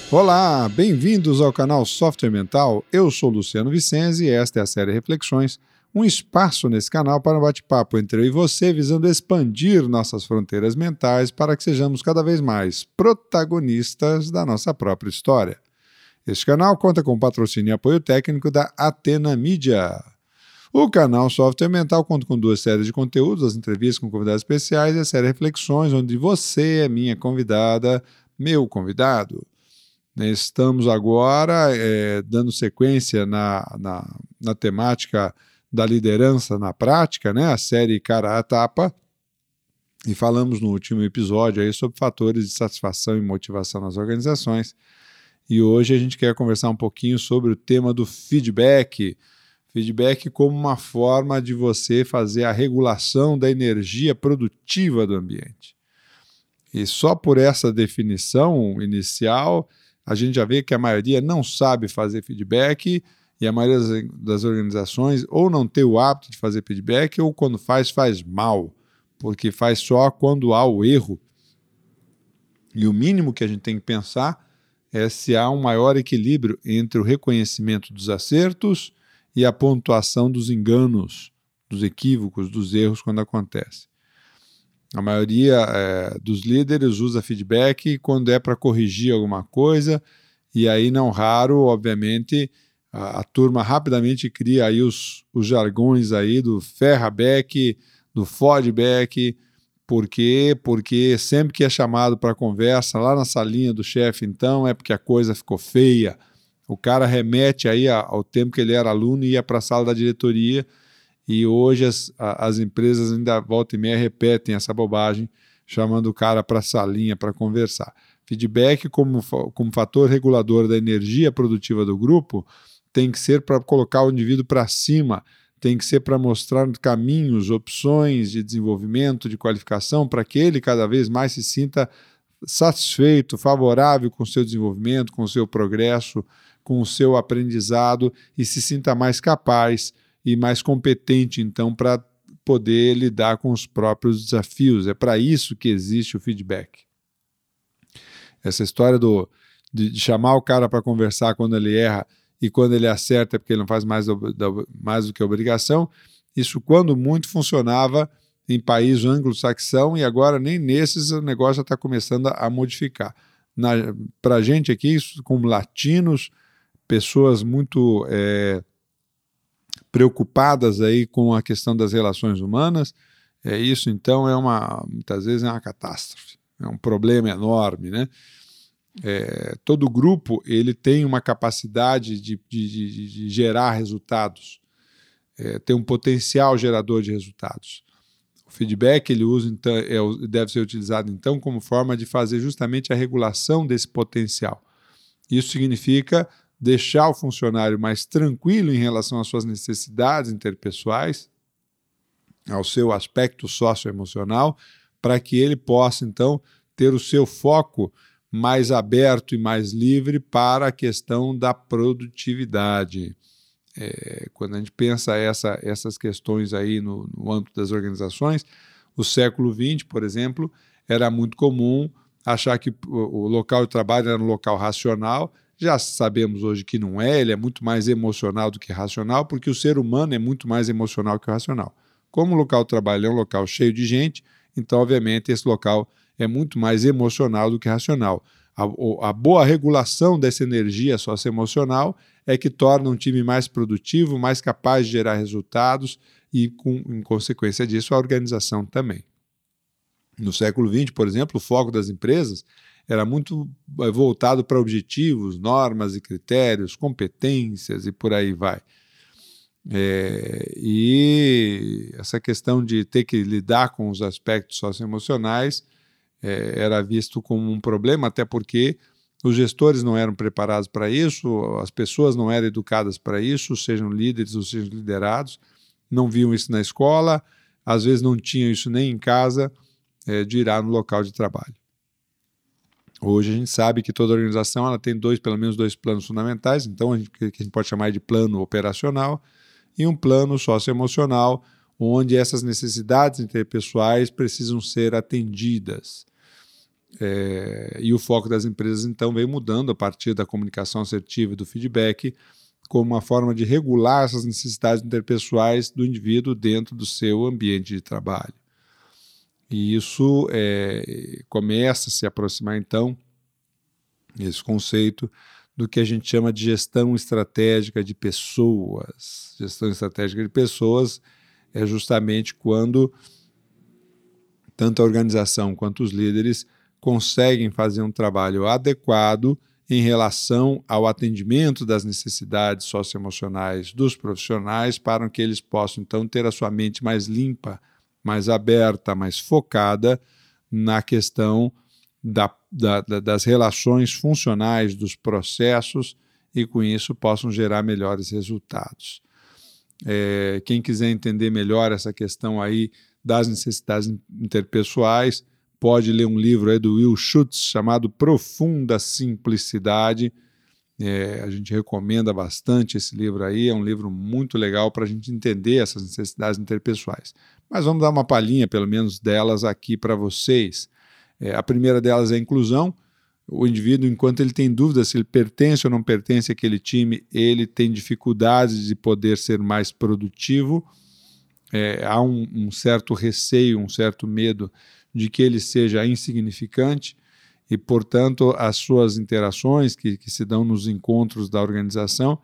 Olá, bem-vindos ao canal Software Mental. Eu sou Luciano Vicenzi e esta é a série Reflexões, um espaço nesse canal para um bate-papo entre eu e você, visando expandir nossas fronteiras mentais para que sejamos cada vez mais protagonistas da nossa própria história. Este canal conta com patrocínio e apoio técnico da Atena Mídia. O canal Software Mental conta com 2 séries de conteúdos, as entrevistas com convidados especiais e a série Reflexões, onde você é minha convidada, meu convidado. Estamos agora dando sequência na temática da liderança na prática, né? A série Cara a Tapa, e falamos no último episódio aí sobre fatores de satisfação e motivação nas organizações. E hoje a gente quer conversar um pouquinho sobre o tema do feedback. Feedback como uma forma de você fazer a regulação da energia produtiva do ambiente. E só por essa definição inicial, a gente já vê que a maioria não sabe fazer feedback e a maioria das organizações ou não tem o hábito de fazer feedback ou quando faz mal, porque faz só quando há o erro. E o mínimo que a gente tem que pensar é se há um maior equilíbrio entre o reconhecimento dos acertos e a pontuação dos enganos, dos equívocos, dos erros quando acontece. A maioria dos líderes usa feedback quando é para corrigir alguma coisa, e aí não raro, obviamente, a turma rapidamente cria aí os jargões aí do ferraback, do fodback. Por quê? Porque sempre que é chamado para conversa lá na salinha do chefe, então, é porque a coisa ficou feia. O cara remete aí ao tempo que ele era aluno e ia para a sala da diretoria, e hoje as empresas ainda volta e meia repetem essa bobagem, chamando o cara para a salinha para conversar. Feedback como fator regulador da energia produtiva do grupo tem que ser para colocar o indivíduo para cima, tem que ser para mostrar caminhos, opções de desenvolvimento, de qualificação, para que ele cada vez mais se sinta satisfeito, favorável com o seu desenvolvimento, com o seu progresso, com o seu aprendizado e se sinta mais capaz e mais competente, então, para poder lidar com os próprios desafios. É para isso que existe o feedback. Essa história de chamar o cara para conversar quando ele erra e quando ele acerta porque ele não faz mais do que obrigação, isso quando muito funcionava em país anglo-saxão e agora nem nesses o negócio já está começando a modificar. Para a gente aqui, como latinos, pessoas muito preocupadas aí com a questão das relações humanas, isso então muitas vezes é uma catástrofe, é um problema enorme, né? Todo grupo ele tem uma capacidade de gerar resultados, tem um potencial gerador de resultados. O feedback ele usa, então, deve ser utilizado então como forma de fazer justamente a regulação desse potencial. Isso significa deixar o funcionário mais tranquilo em relação às suas necessidades interpessoais, ao seu aspecto socioemocional, para que ele possa então ter o seu foco mais aberto e mais livre para a questão da produtividade. Quando a gente pensa essas questões aí no âmbito das organizações, o século XX, por exemplo, era muito comum achar que o local de trabalho era um local racional. Já sabemos hoje que não é, ele é muito mais emocional do que racional, porque o ser humano é muito mais emocional que o racional. Como o local de trabalho é um local cheio de gente, então, obviamente, esse local é muito mais emocional do que racional. A boa regulação dessa energia socioemocional é que torna um time mais produtivo, mais capaz de gerar resultados e, em consequência disso, a organização também. No século XX, por exemplo, o foco das empresas era muito voltado para objetivos, normas e critérios, competências e por aí vai. E essa questão de ter que lidar com os aspectos socioemocionais era visto como um problema, até porque os gestores não eram preparados para isso, as pessoas não eram educadas para isso, sejam líderes ou sejam liderados, não viam isso na escola, às vezes não tinham isso nem em casa, dirá no local de trabalho. Hoje a gente sabe que toda organização ela tem pelo menos dois planos fundamentais, então que a gente pode chamar de plano operacional e um plano socioemocional, onde essas necessidades interpessoais precisam ser atendidas. E o foco das empresas, então, veio mudando a partir da comunicação assertiva e do feedback como uma forma de regular essas necessidades interpessoais do indivíduo dentro do seu ambiente de trabalho. E isso começa a se aproximar, então, esse conceito do que a gente chama de gestão estratégica de pessoas. Gestão estratégica de pessoas é justamente quando tanto a organização quanto os líderes conseguem fazer um trabalho adequado em relação ao atendimento das necessidades socioemocionais dos profissionais para que eles possam, então, ter a sua mente mais limpa, mais aberta, mais focada na questão das relações funcionais dos processos e, com isso, possam gerar melhores resultados. Quem quiser entender melhor essa questão aí das necessidades interpessoais, pode ler um livro aí do Will Schutz chamado Profunda Simplicidade. A gente recomenda bastante esse livro aí, é um livro muito legal para a gente entender essas necessidades interpessoais. Mas vamos dar uma palhinha, pelo menos, delas aqui para vocês. A primeira delas é a inclusão. O indivíduo, enquanto ele tem dúvida se ele pertence ou não pertence àquele time, ele tem dificuldades de poder ser mais produtivo. Há um certo receio, um certo medo de que ele seja insignificante e, portanto, as suas interações que se dão nos encontros da organização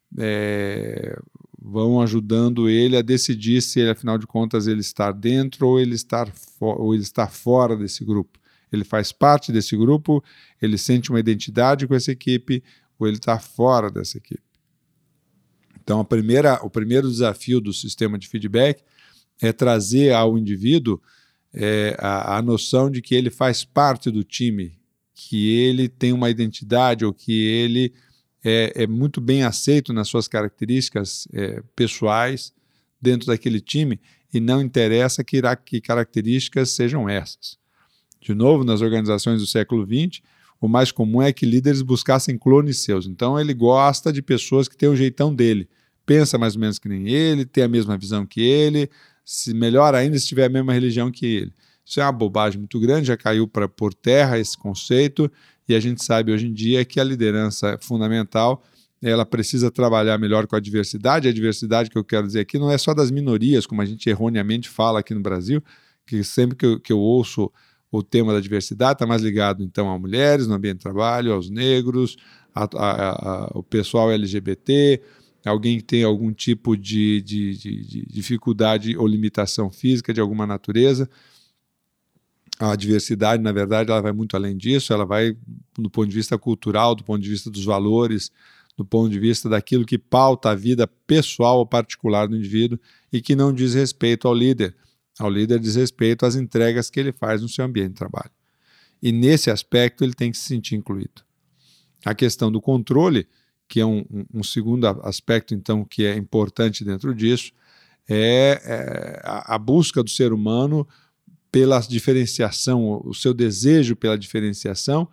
vão ajudando ele a decidir se ele, afinal de contas, ele está dentro ou ele está fora desse grupo. Ele faz parte desse grupo, ele sente uma identidade com essa equipe ou ele está fora dessa equipe. Então, o primeiro desafio do sistema de feedback é trazer ao indivíduo a noção de que ele faz parte do time, que ele tem uma identidade ou que ele é muito bem aceito nas suas características pessoais dentro daquele time e não interessa que características sejam essas. De novo, nas organizações do século XX, o mais comum é que líderes buscassem clones seus. Então, ele gosta de pessoas que têm o jeitão dele, pensa mais ou menos que nem ele, tem a mesma visão que ele, melhor ainda se tiver a mesma religião que ele. Isso é uma bobagem muito grande, já caiu por terra esse conceito, e a gente sabe hoje em dia que a liderança é fundamental, ela precisa trabalhar melhor com a diversidade. A diversidade que eu quero dizer aqui não é só das minorias, como a gente erroneamente fala aqui no Brasil, que sempre que eu ouço o tema da diversidade está mais ligado, então, a mulheres no ambiente de trabalho, aos negros, o pessoal LGBT, alguém que tem algum tipo de dificuldade ou limitação física de alguma natureza. A diversidade, na verdade, ela vai muito além disso, ela vai do ponto de vista cultural, do ponto de vista dos valores, do ponto de vista daquilo que pauta a vida pessoal ou particular do indivíduo e que não diz respeito ao líder. Ao líder diz respeito às entregas que ele faz no seu ambiente de trabalho. E nesse aspecto ele tem que se sentir incluído. A questão do controle, que é um segundo aspecto, então, que é importante dentro disso, é a busca do ser humano pela diferenciação, o seu desejo pela diferenciação,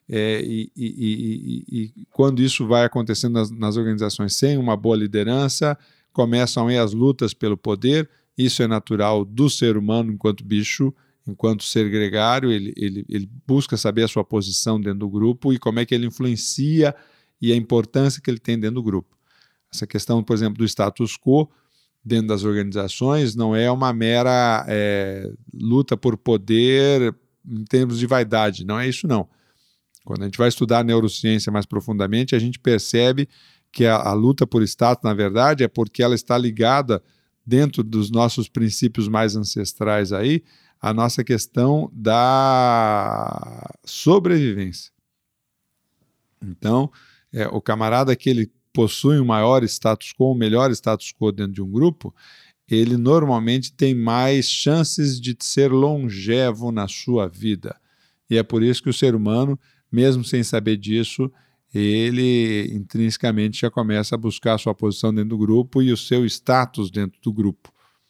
e quando isso vai acontecendo nas organizações sem uma boa liderança, começam aí as lutas pelo poder. Isso é natural do ser humano enquanto bicho, enquanto ser gregário, ele busca saber a sua posição dentro do grupo e como é que ele influencia e a importância que ele tem dentro do grupo. Essa questão, por exemplo, do status quo dentro das organizações não é uma mera luta por poder em termos de vaidade, não é isso não. Quando a gente vai estudar a neurociência mais profundamente, a gente percebe que a luta por status, na verdade, é porque ela está ligada dentro dos nossos princípios mais ancestrais aí, a nossa questão da sobrevivência. Então, o camarada que ele possui um maior status quo, um melhor status quo dentro de um grupo, ele normalmente tem mais chances de ser longevo na sua vida. E é por isso que o ser humano, mesmo sem saber disso, ele intrinsecamente já começa a buscar a sua posição dentro do grupo e o seu status dentro do grupo.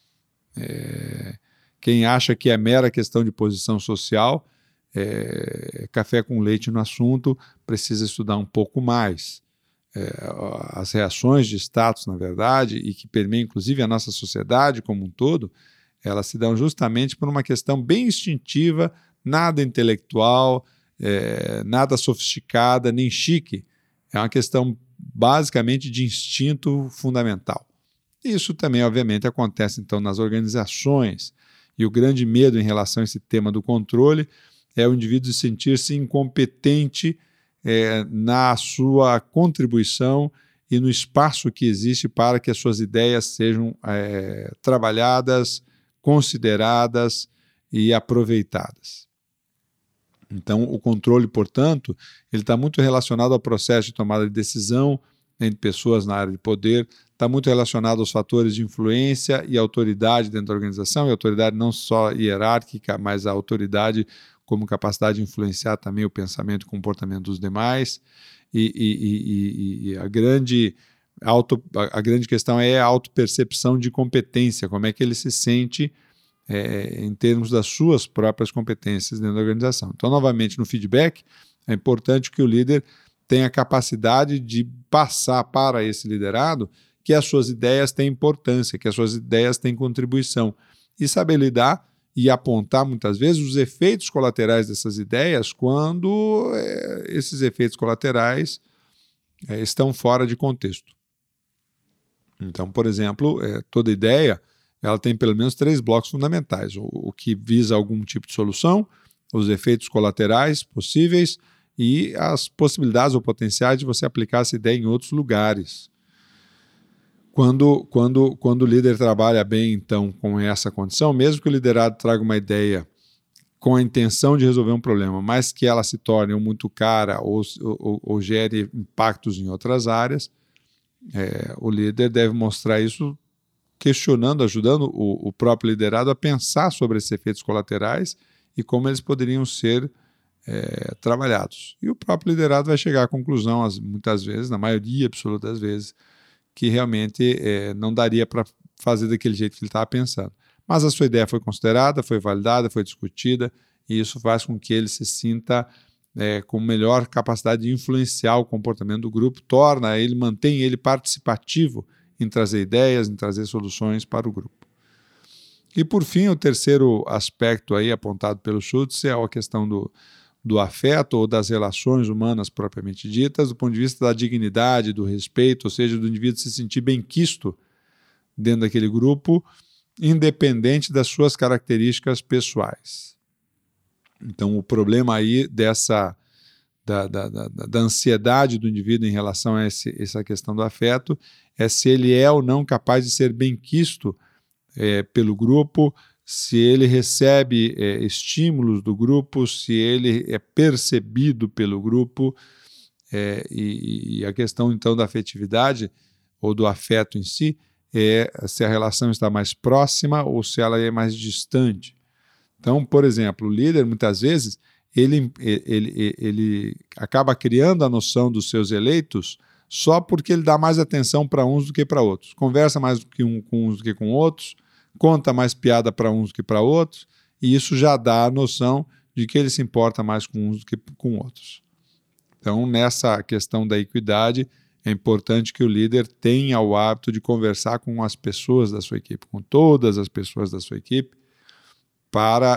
Quem acha que é mera questão de posição social, café com leite no assunto, precisa estudar um pouco mais. As reações de status, na verdade, e que permeiam inclusive a nossa sociedade como um todo, elas se dão justamente por uma questão bem instintiva nada intelectual, nada sofisticada, nem chique. É uma questão basicamente de instinto fundamental. Isso também, obviamente, acontece então nas organizações. E o grande medo em relação a esse tema do controle é o indivíduo sentir-se incompetente na sua contribuição e no espaço que existe para que as suas ideias sejam trabalhadas, consideradas e aproveitadas. Então, o controle, portanto, ele está muito relacionado ao processo de tomada de decisão entre pessoas na área de poder, está muito relacionado aos fatores de influência e autoridade dentro da organização, e autoridade não só hierárquica, mas a autoridade como capacidade de influenciar também o pensamento e comportamento dos demais. E a grande questão é a autopercepção de competência, como é que ele se sente em termos das suas próprias competências dentro da organização. Então, novamente, no feedback, é importante que o líder tenha a capacidade de passar para esse liderado que as suas ideias têm importância, que as suas ideias têm contribuição, e saber lidar e apontar, muitas vezes, os efeitos colaterais dessas ideias quando esses efeitos colaterais estão fora de contexto. Então, por exemplo, toda ideia ela tem pelo menos 3 blocos fundamentais: o que visa algum tipo de solução, os efeitos colaterais possíveis e as possibilidades ou potenciais de você aplicar essa ideia em outros lugares. Quando o líder trabalha bem, então, com essa condição, mesmo que o liderado traga uma ideia com a intenção de resolver um problema, mas que ela se torne muito cara ou gere impactos em outras áreas, o líder deve mostrar isso questionando, ajudando o próprio liderado a pensar sobre esses efeitos colaterais e como eles poderiam ser trabalhados. E o próprio liderado vai chegar à conclusão, muitas vezes, na maioria absoluta das vezes, que realmente não daria para fazer daquele jeito que ele estava pensando. Mas a sua ideia foi considerada, foi validada, foi discutida, e isso faz com que ele se sinta com melhor capacidade de influenciar o comportamento do grupo, mantém ele participativo em trazer ideias, em trazer soluções para o grupo. E, por fim, o terceiro aspecto aí apontado pelo Schultz é a questão do afeto ou das relações humanas propriamente ditas, do ponto de vista da dignidade, do respeito, ou seja, do indivíduo se sentir bem-quisto dentro daquele grupo, independente das suas características pessoais. Então, o problema aí da ansiedade do indivíduo em relação a essa questão do afeto é se ele é ou não capaz de ser bem-quisto pelo grupo, se ele recebe estímulos do grupo, se ele é percebido pelo grupo, e a questão então da afetividade ou do afeto em si é se a relação está mais próxima ou se ela é mais distante. Então, por exemplo, o líder muitas vezes ele acaba criando a noção dos seus eleitos só porque ele dá mais atenção para uns do que para outros, conversa mais com uns do que com outros, conta mais piada para uns do que para outros, e isso já dá a noção de que ele se importa mais com uns do que com outros. Então, nessa questão da equidade, é importante que o líder tenha o hábito de conversar com as pessoas da sua equipe, com todas as pessoas da sua equipe, para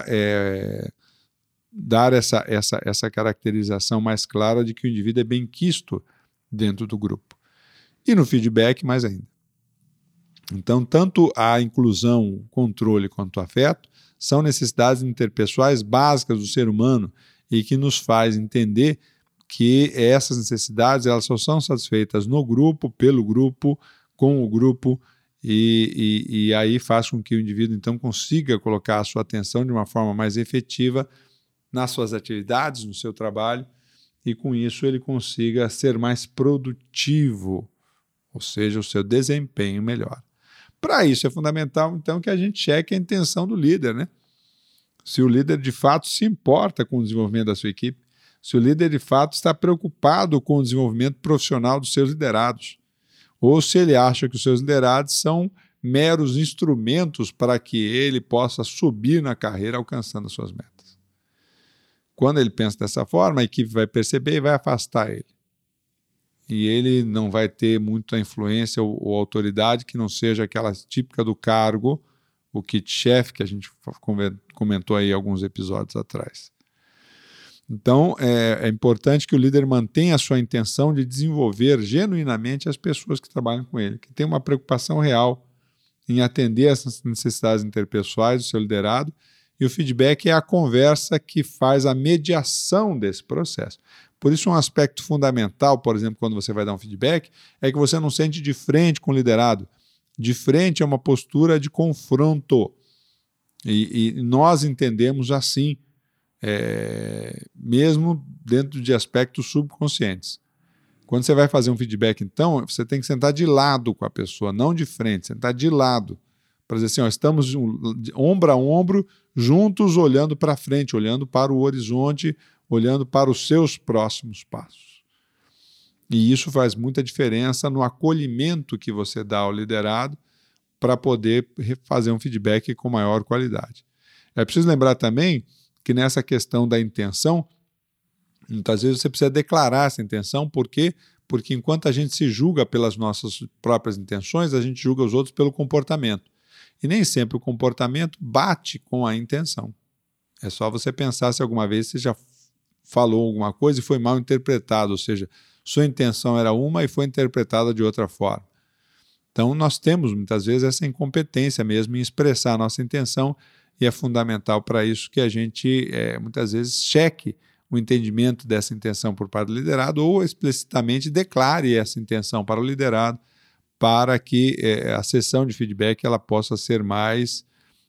dar essa caracterização mais clara de que o indivíduo é bem-quisto dentro do grupo. E no feedback, mais ainda. Então, tanto a inclusão, o controle quanto o afeto são necessidades interpessoais básicas do ser humano e que nos faz entender que essas necessidades elas só são satisfeitas no grupo, pelo grupo, com o grupo, e aí faz com que o indivíduo então consiga colocar a sua atenção de uma forma mais efetiva nas suas atividades, no seu trabalho, e com isso ele consiga ser mais produtivo, ou seja, o seu desempenho melhor. Para isso é fundamental, então, que a gente cheque a intenção do líder, né? Se o líder de fato se importa com o desenvolvimento da sua equipe, se o líder de fato está preocupado com o desenvolvimento profissional dos seus liderados, ou se ele acha que os seus liderados são meros instrumentos para que ele possa subir na carreira alcançando as suas metas. Quando ele pensa dessa forma, a equipe vai perceber e vai afastar ele. E ele não vai ter muita influência ou autoridade que não seja aquela típica do cargo, o kit chefe que a gente comentou aí alguns episódios atrás. Então, é importante que o líder mantenha a sua intenção de desenvolver genuinamente as pessoas que trabalham com ele, que tem uma preocupação real em atender essas necessidades interpessoais do seu liderado, e o feedback é a conversa que faz a mediação desse processo. Por isso, um aspecto fundamental, por exemplo, quando você vai dar um feedback, é que você não sente de frente com o liderado. De frente é uma postura de confronto. E nós entendemos assim, mesmo dentro de aspectos subconscientes. Quando você vai fazer um feedback, então, você tem que sentar de lado com a pessoa, não de frente, sentar de lado. Para dizer assim, ó, estamos ombro a ombro, juntos, olhando para frente, olhando para o horizonte, olhando para os seus próximos passos. E isso faz muita diferença no acolhimento que você dá ao liderado para poder fazer um feedback com maior qualidade. É preciso lembrar também que nessa questão da intenção, muitas vezes você precisa declarar essa intenção, por quê? Porque enquanto a gente se julga pelas nossas próprias intenções, a gente julga os outros pelo comportamento. E nem sempre o comportamento bate com a intenção. É só você pensar se alguma vez você já falou alguma coisa e foi mal interpretado, ou seja, sua intenção era uma e foi interpretada de outra forma. Então, nós temos muitas vezes essa incompetência mesmo em expressar a nossa intenção, e é fundamental para isso que a gente, muitas vezes, cheque o entendimento dessa intenção por parte do liderado ou explicitamente declare essa intenção para o liderado para que a sessão de feedback ela possa ser mais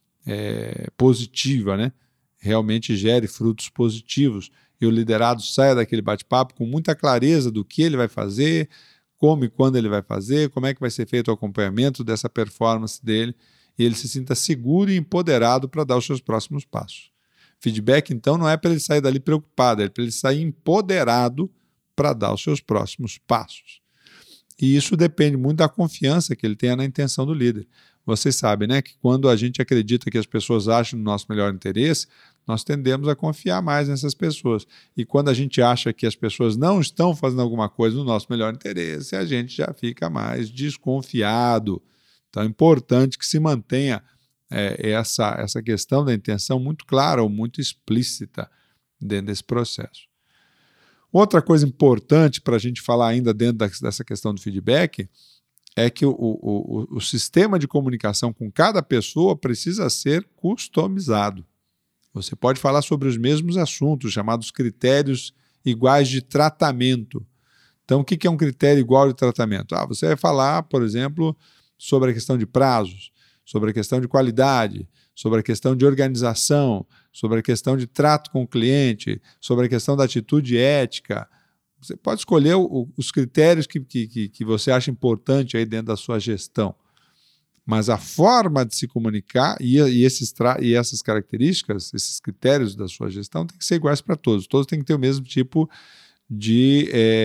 positiva, né? Realmente gere frutos positivos e o liderado saia daquele bate-papo com muita clareza do que ele vai fazer, como e quando ele vai fazer, como é que vai ser feito o acompanhamento dessa performance dele, e ele se sinta seguro e empoderado para dar os seus próximos passos. Feedback, então, não é para ele sair dali preocupado, é para ele sair empoderado para dar os seus próximos passos. E isso depende muito da confiança que ele tenha na intenção do líder. Vocês sabem, né, que quando a gente acredita que as pessoas acham no nosso melhor interesse, nós tendemos a confiar mais nessas pessoas. E quando a gente acha que as pessoas não estão fazendo alguma coisa no nosso melhor interesse, a gente já fica mais desconfiado. Então é importante que se mantenha essa questão da intenção muito clara ou muito explícita dentro desse processo. Outra coisa importante para a gente falar ainda dentro dessa questão do feedback é que o sistema de comunicação com cada pessoa precisa ser customizado. Você pode falar sobre os mesmos assuntos, chamados critérios iguais de tratamento. Então, o que é um critério igual de tratamento? Você vai falar, por exemplo, sobre a questão de prazos, sobre a questão de qualidade, sobre a questão de organização, sobre a questão de trato com o cliente, sobre a questão da atitude ética. Você pode escolher os critérios que você acha importante aí dentro da sua gestão. Mas a forma de se comunicar e essas características, esses critérios da sua gestão têm que ser iguais para todos. Todos têm que ter o mesmo tipo de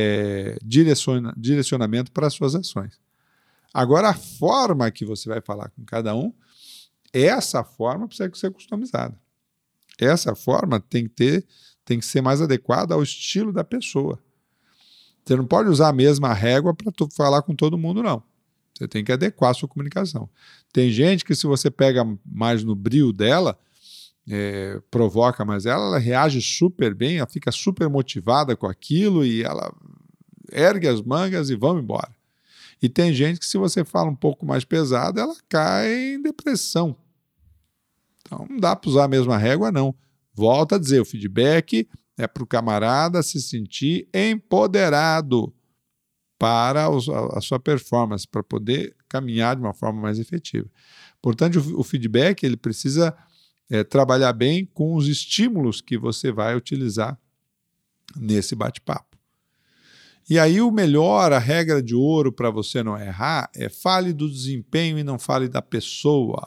direcionamento para as suas ações. Agora, a forma que você vai falar com cada um, essa forma precisa ser customizada. Essa forma tem que ser mais adequada ao estilo da pessoa. Você não pode usar a mesma régua para falar com todo mundo, não. Você tem que adequar a sua comunicação. Tem gente que, se você pega mais no brio dela, provoca mais ela reage super bem, ela fica super motivada com aquilo e ela ergue as mangas e vamos embora. E tem gente que, se você fala um pouco mais pesado, ela cai em depressão. Então, não dá para usar a mesma régua, não. Volto a dizer, o feedback é para o camarada se sentir empoderado para a sua performance, para poder caminhar de uma forma mais efetiva. Portanto, o feedback ele precisa trabalhar bem com os estímulos que você vai utilizar nesse bate-papo. E aí a regra de ouro para você não errar é fale do desempenho e não fale da pessoa.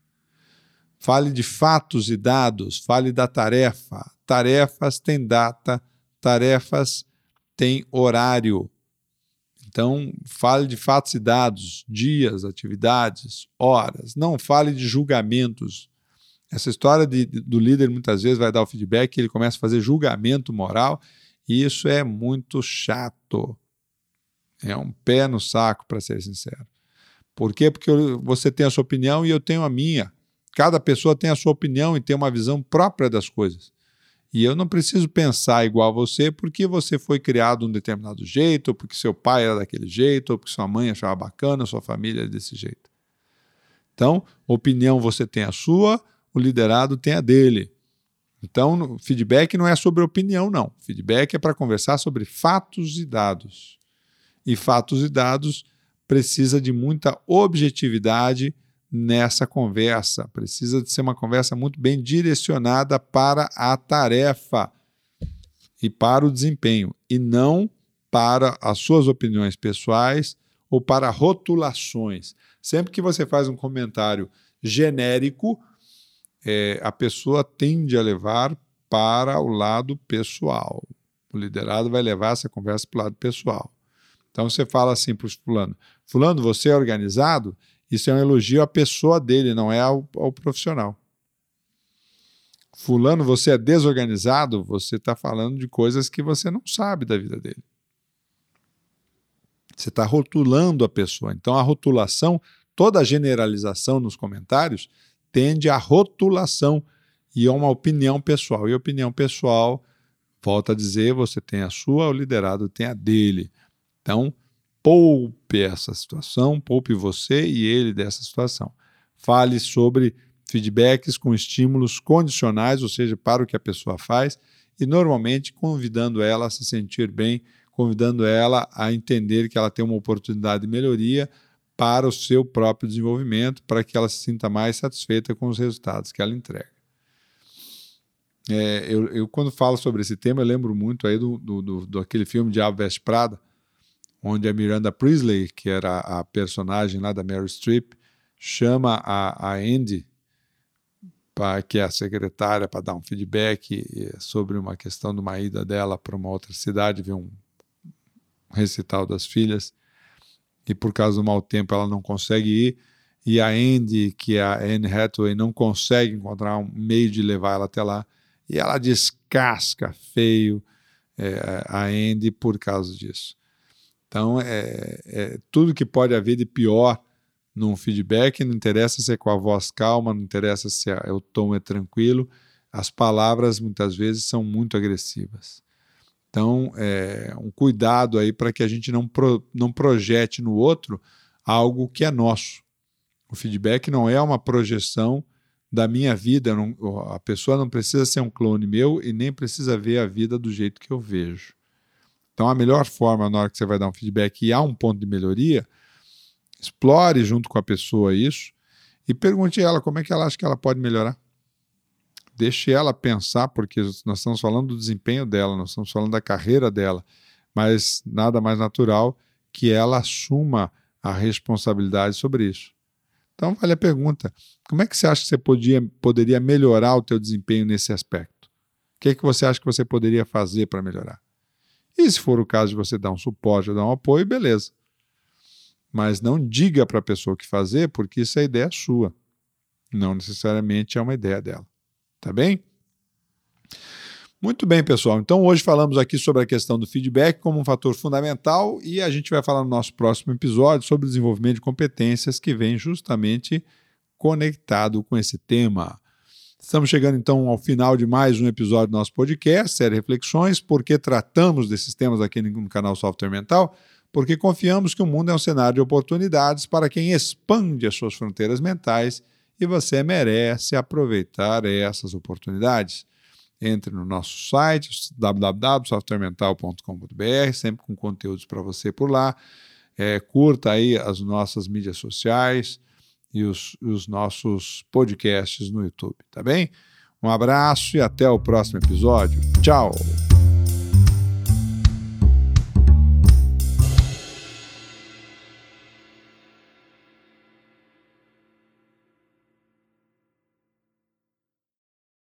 Fale de fatos e dados, fale da tarefa. Tarefas têm data, tarefas têm horário. Então, fale de fatos e dados, dias, atividades, horas. Não fale de julgamentos. Essa história do líder muitas vezes vai dar o feedback e ele começa a fazer julgamento moral e isso é muito chato. É um pé no saco, para ser sincero. Por quê? Porque você tem a sua opinião e eu tenho a minha. Cada pessoa tem a sua opinião e tem uma visão própria das coisas. E eu não preciso pensar igual a você porque você foi criado de um determinado jeito, ou porque seu pai era daquele jeito, ou porque sua mãe achava bacana, sua família é desse jeito. Então, opinião você tem a sua, o liderado tem a dele. Então, feedback não é sobre opinião, não. Feedback é para conversar sobre fatos e dados. E fatos e dados precisa de muita objetividade nessa conversa. Precisa de ser uma conversa muito bem direcionada para a tarefa e para o desempenho, e não para as suas opiniões pessoais ou para rotulações. Sempre que você faz um comentário genérico, a pessoa tende a levar para o lado pessoal. O liderado vai levar essa conversa para o lado pessoal. Então você fala assim para o fulano: fulano, você é organizado? Isso é um elogio à pessoa dele, não é ao profissional. Fulano, você é desorganizado? Você está falando de coisas que você não sabe da vida dele. Você está rotulando a pessoa. Então a rotulação, toda a generalização nos comentários tende à rotulação e a uma opinião pessoal. E opinião pessoal, volto a dizer, você tem a sua, o liderado tem a dele. Então, poupe essa situação, poupe você e ele dessa situação. Fale sobre feedbacks com estímulos condicionais, ou seja, para o que a pessoa faz, e normalmente convidando ela a se sentir bem, convidando ela a entender que ela tem uma oportunidade de melhoria para o seu próprio desenvolvimento, para que ela se sinta mais satisfeita com os resultados que ela entrega. Eu quando falo sobre esse tema, eu lembro muito aí do aquele filme Diabo Veste Prada, onde a Miranda Priestley, que era a personagem lá da Meryl Streep, chama a Andy, que é a secretária, para dar um feedback sobre uma questão de uma ida dela para uma outra cidade, ver um recital das filhas, e por causa do mau tempo ela não consegue ir, e a Andy, que é a Anne Hathaway, não consegue encontrar um meio de levar ela até lá, e ela descasca feio a Andy por causa disso. Então, tudo que pode haver de pior num feedback, não interessa se é com a voz calma, não interessa se o tom é tranquilo, as palavras muitas vezes são muito agressivas. Então, um cuidado aí para que a gente não projete no outro algo que é nosso. O feedback não é uma projeção da minha vida, a pessoa não precisa ser um clone meu e nem precisa ver a vida do jeito que eu vejo. Então, a melhor forma, na hora que você vai dar um feedback e há um ponto de melhoria, explore junto com a pessoa isso e pergunte a ela como é que ela acha que ela pode melhorar. Deixe ela pensar, porque nós estamos falando do desempenho dela, nós estamos falando da carreira dela, mas nada mais natural que ela assuma a responsabilidade sobre isso. Então, vale a pergunta: como é que você acha que você poderia melhorar o teu desempenho nesse aspecto? O que é que você acha que você poderia fazer para melhorar? E se for o caso de você dar um suporte ou dar um apoio, beleza. Mas não diga para a pessoa o que fazer, porque isso é ideia sua. Não necessariamente é uma ideia dela. Tá bem? Muito bem, pessoal. Então, hoje falamos aqui sobre a questão do feedback como um fator fundamental e a gente vai falar no nosso próximo episódio sobre o desenvolvimento de competências que vem justamente conectado com esse tema. Estamos chegando, então, ao final de mais um episódio do nosso podcast, série Reflexões. Por que tratamos desses temas aqui no canal Software Mental? Porque confiamos que o mundo é um cenário de oportunidades para quem expande as suas fronteiras mentais e você merece aproveitar essas oportunidades. Entre no nosso site, www.softwaremental.com.br, sempre com conteúdos para você por lá. Curta aí as nossas mídias sociais e os nossos podcasts no YouTube, tá bem? Um abraço e até o próximo episódio. Tchau!